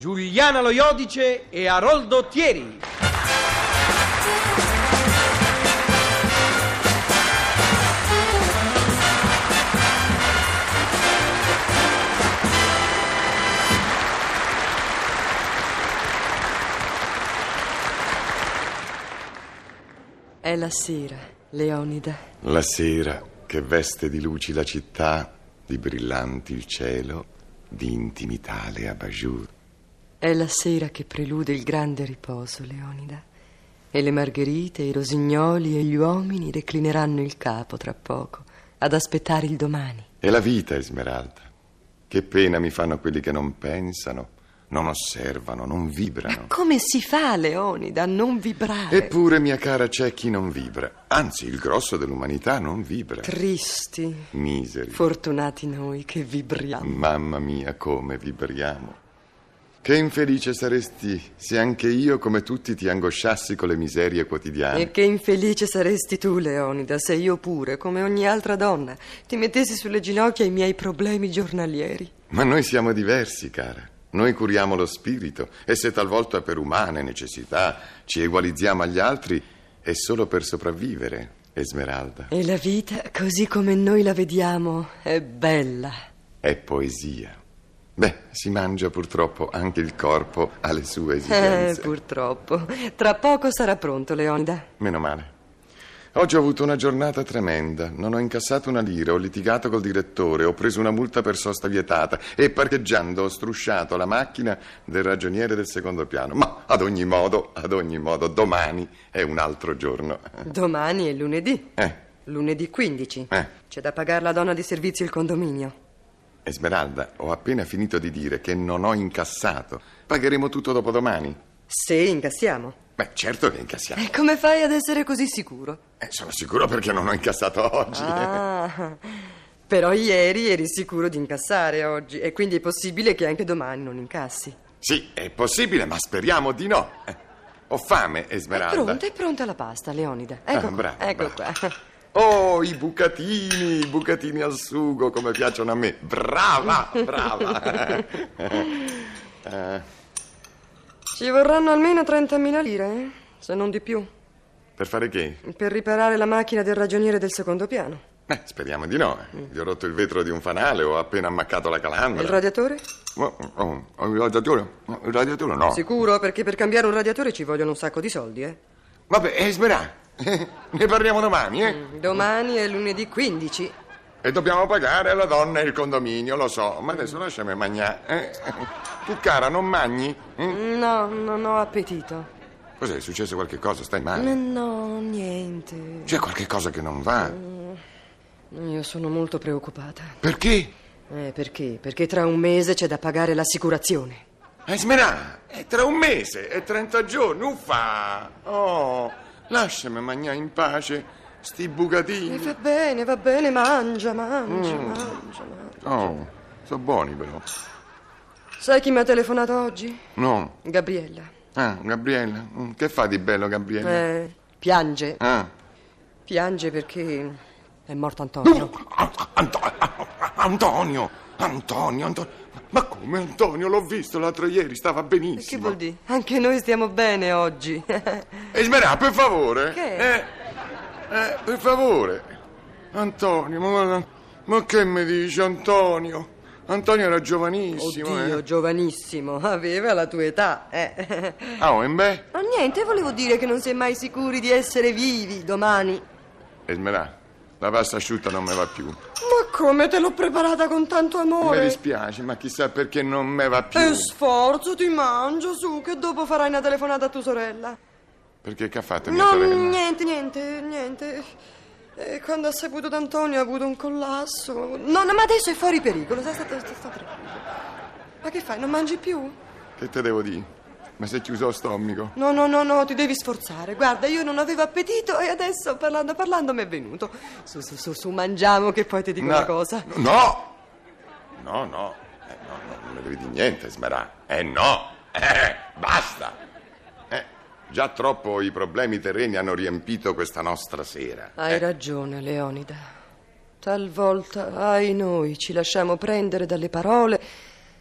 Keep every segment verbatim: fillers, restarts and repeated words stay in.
Giuliana Lo Iodice e Aroldo Thieri. È la sera, Leonida. La sera che veste di luci la città, di brillanti il cielo, di intimità le abajur. È la sera che prelude il grande riposo, Leonida. E le margherite, i rosignoli e gli uomini reclineranno il capo tra poco, ad aspettare il domani. È la vita, Esmeralda. Che pena mi fanno quelli che non pensano, non osservano, non vibrano. Ma come si fa, Leonida, a non vibrare? Eppure, mia cara, c'è chi non vibra. Anzi, il grosso dell'umanità non vibra. Tristi. Miseri. Fortunati noi che vibriamo. Mamma mia, come vibriamo. Che infelice saresti se anche io, come tutti, ti angosciassi con le miserie quotidiane. E che infelice saresti tu, Leonida, se io pure, come ogni altra donna, ti mettessi sulle ginocchia i miei problemi giornalieri. Ma noi siamo diversi, cara. Noi curiamo lo spirito, e se talvolta per umane necessità ci egualizziamo agli altri, è solo per sopravvivere, Esmeralda. E la vita, così come noi la vediamo, è bella. È poesia. Beh, si mangia purtroppo, anche il corpo ha le sue esigenze. Eh, purtroppo. Tra poco sarà pronto, Leonida. Meno male. Oggi ho avuto una giornata tremenda. Non ho incassato una lira, ho litigato col direttore, ho preso una multa per sosta vietata e parcheggiando ho strusciato la macchina del ragioniere del secondo piano. Ma ad ogni modo, ad ogni modo, domani è un altro giorno. Domani è lunedì. Eh. Lunedì quindici. Eh. C'è da pagare la donna di servizio il condominio. Esmeralda, ho appena finito di dire che non ho incassato. Pagheremo tutto dopodomani. Se incassiamo. Beh, certo che incassiamo. E come fai ad essere così sicuro? Eh, sono sicuro perché non ho incassato oggi. Ah, però ieri eri sicuro di incassare oggi e quindi è possibile che anche domani non incassi. Sì, è possibile, ma speriamo di no. Eh, ho fame, Esmeralda. È pronta, è pronta la pasta, Leonida. Ecco, Ah, bravo, ecco bravo. qua. Oh, i bucatini, i bucatini al sugo, come piacciono a me. Brava, brava. eh, Ci vorranno almeno trentamila lire, eh? Se non di più. per fare che? Per riparare la macchina del ragioniere del secondo piano. Beh, speriamo di no. eh. Gli ho rotto il vetro di un fanale, ho appena ammaccato la E calandra. il radiatore? Oh, oh, oh, il radiatore? No, il radiatore no. Sicuro? Perché per cambiare un radiatore ci vogliono un sacco di soldi, eh? Vabbè, Esmeralda, ne parliamo domani, eh? Domani è lunedì quindici. E dobbiamo pagare alla donna il condominio, lo so, ma adesso lasciami mangiare. Eh? Tu, cara, non mangi? Eh? No, non ho appetito. Cos'è? È successo qualche cosa? Stai male? No, niente. C'è qualche cosa che non va? Io sono molto preoccupata. Perché? Eh, perché? Perché tra un mese c'è da pagare l'assicurazione. Esmeralda, è tra un mese, è trenta giorni, uffa! Oh, lasciami mangiare in pace sti bucatini. E va bene, va bene, mangia, mangia, Mm. mangia, mangia. Oh, sono buoni però. Sai chi mi ha telefonato oggi? No. Gabriella. Ah, Gabriella. Mm, Che fa di bello, Gabriella? Eh, piange. Ah. Piange perché è morto Antonio. Anto- Antonio, Antonio, Antonio. Ma come Antonio? L'ho visto l'altro ieri, stava benissimo. Che vuol dire? Anche noi stiamo bene oggi. Esmeralda, per favore. Che? Eh, eh, per favore. Antonio, ma, ma che mi dici, Antonio? Antonio era giovanissimo. Oddio, eh. giovanissimo, aveva la tua età, eh. Ah, oh, e beh? Ma niente, volevo dire che non si è mai sicuri di essere vivi domani. Esmeralda, la pasta asciutta non me va più. Ma come te l'ho preparata con tanto Mi amore? dispiace, ma chissà perché non me va più. E sforzati, mangia su, che dopo farai una telefonata a tua sorella. Perché che ha fatto mia No, sorella? niente, niente, niente. E quando ha saputo d'Antonio ha avuto un collasso. No, no, ma adesso è fuori pericolo, sta, sta, sta, sta tranquillo. Ma che fai, non mangi più? Che te devo dire? Ma sei chiuso lo stomaco? No, no, no, no, ti devi sforzare. Guarda, io non avevo appetito e adesso parlando, parlando mi è venuto. Su, su, su, su, mangiamo che poi ti dico No. una cosa. No! No, no. Eh, no, no, non mi devi dire niente, Esmeralda. Eh, no! Eh, basta! Eh, già troppo i problemi terreni hanno riempito questa nostra sera. Hai Eh, ragione, Leonida. Talvolta, ai noi, ci lasciamo prendere dalle parole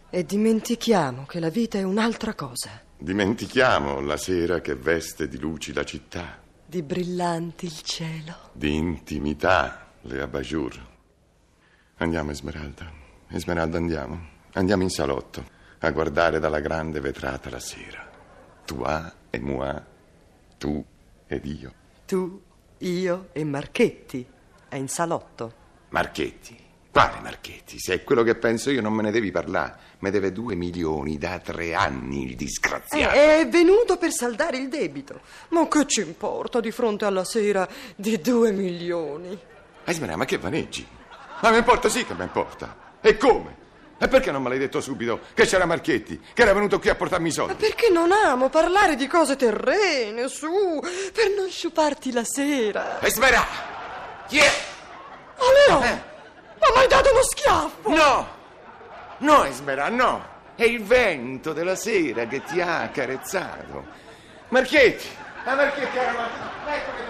E dimentichiamo che la vita è un'altra cosa. Dimentichiamo la sera che veste di luci la città, Di brillanti il cielo. di intimità le abat-jour. Andiamo, Esmeralda. Esmeralda, andiamo. Andiamo in salotto a guardare dalla grande vetrata la sera. Toi e moi, tu ed io. Tu, io e Marchetti. È in salotto. Marchetti? Quale Marchetti? Se è quello che penso io non me ne devi parlare. Me deve due milioni da tre anni il disgraziato. È venuto per saldare il debito. Ma che ci importa di fronte alla sera di due milioni? Esmeralda, ma che vaneggi? Ma mi importa, sì che mi importa. E come? E perché non me l'hai detto subito che c'era Marchetti, che era venuto qui a portarmi i soldi? Ma perché non amo parlare di cose terrene, su, per non sciuparti la sera? Esmeralda! Chi è? Aleo! Eh. Ma mi hai dato uno schiaffo! No! No, Esmeralda, no! È il vento della sera che ti ha accarezzato. Marchetti! Ah, Marchetti era Marchetti! Ecco che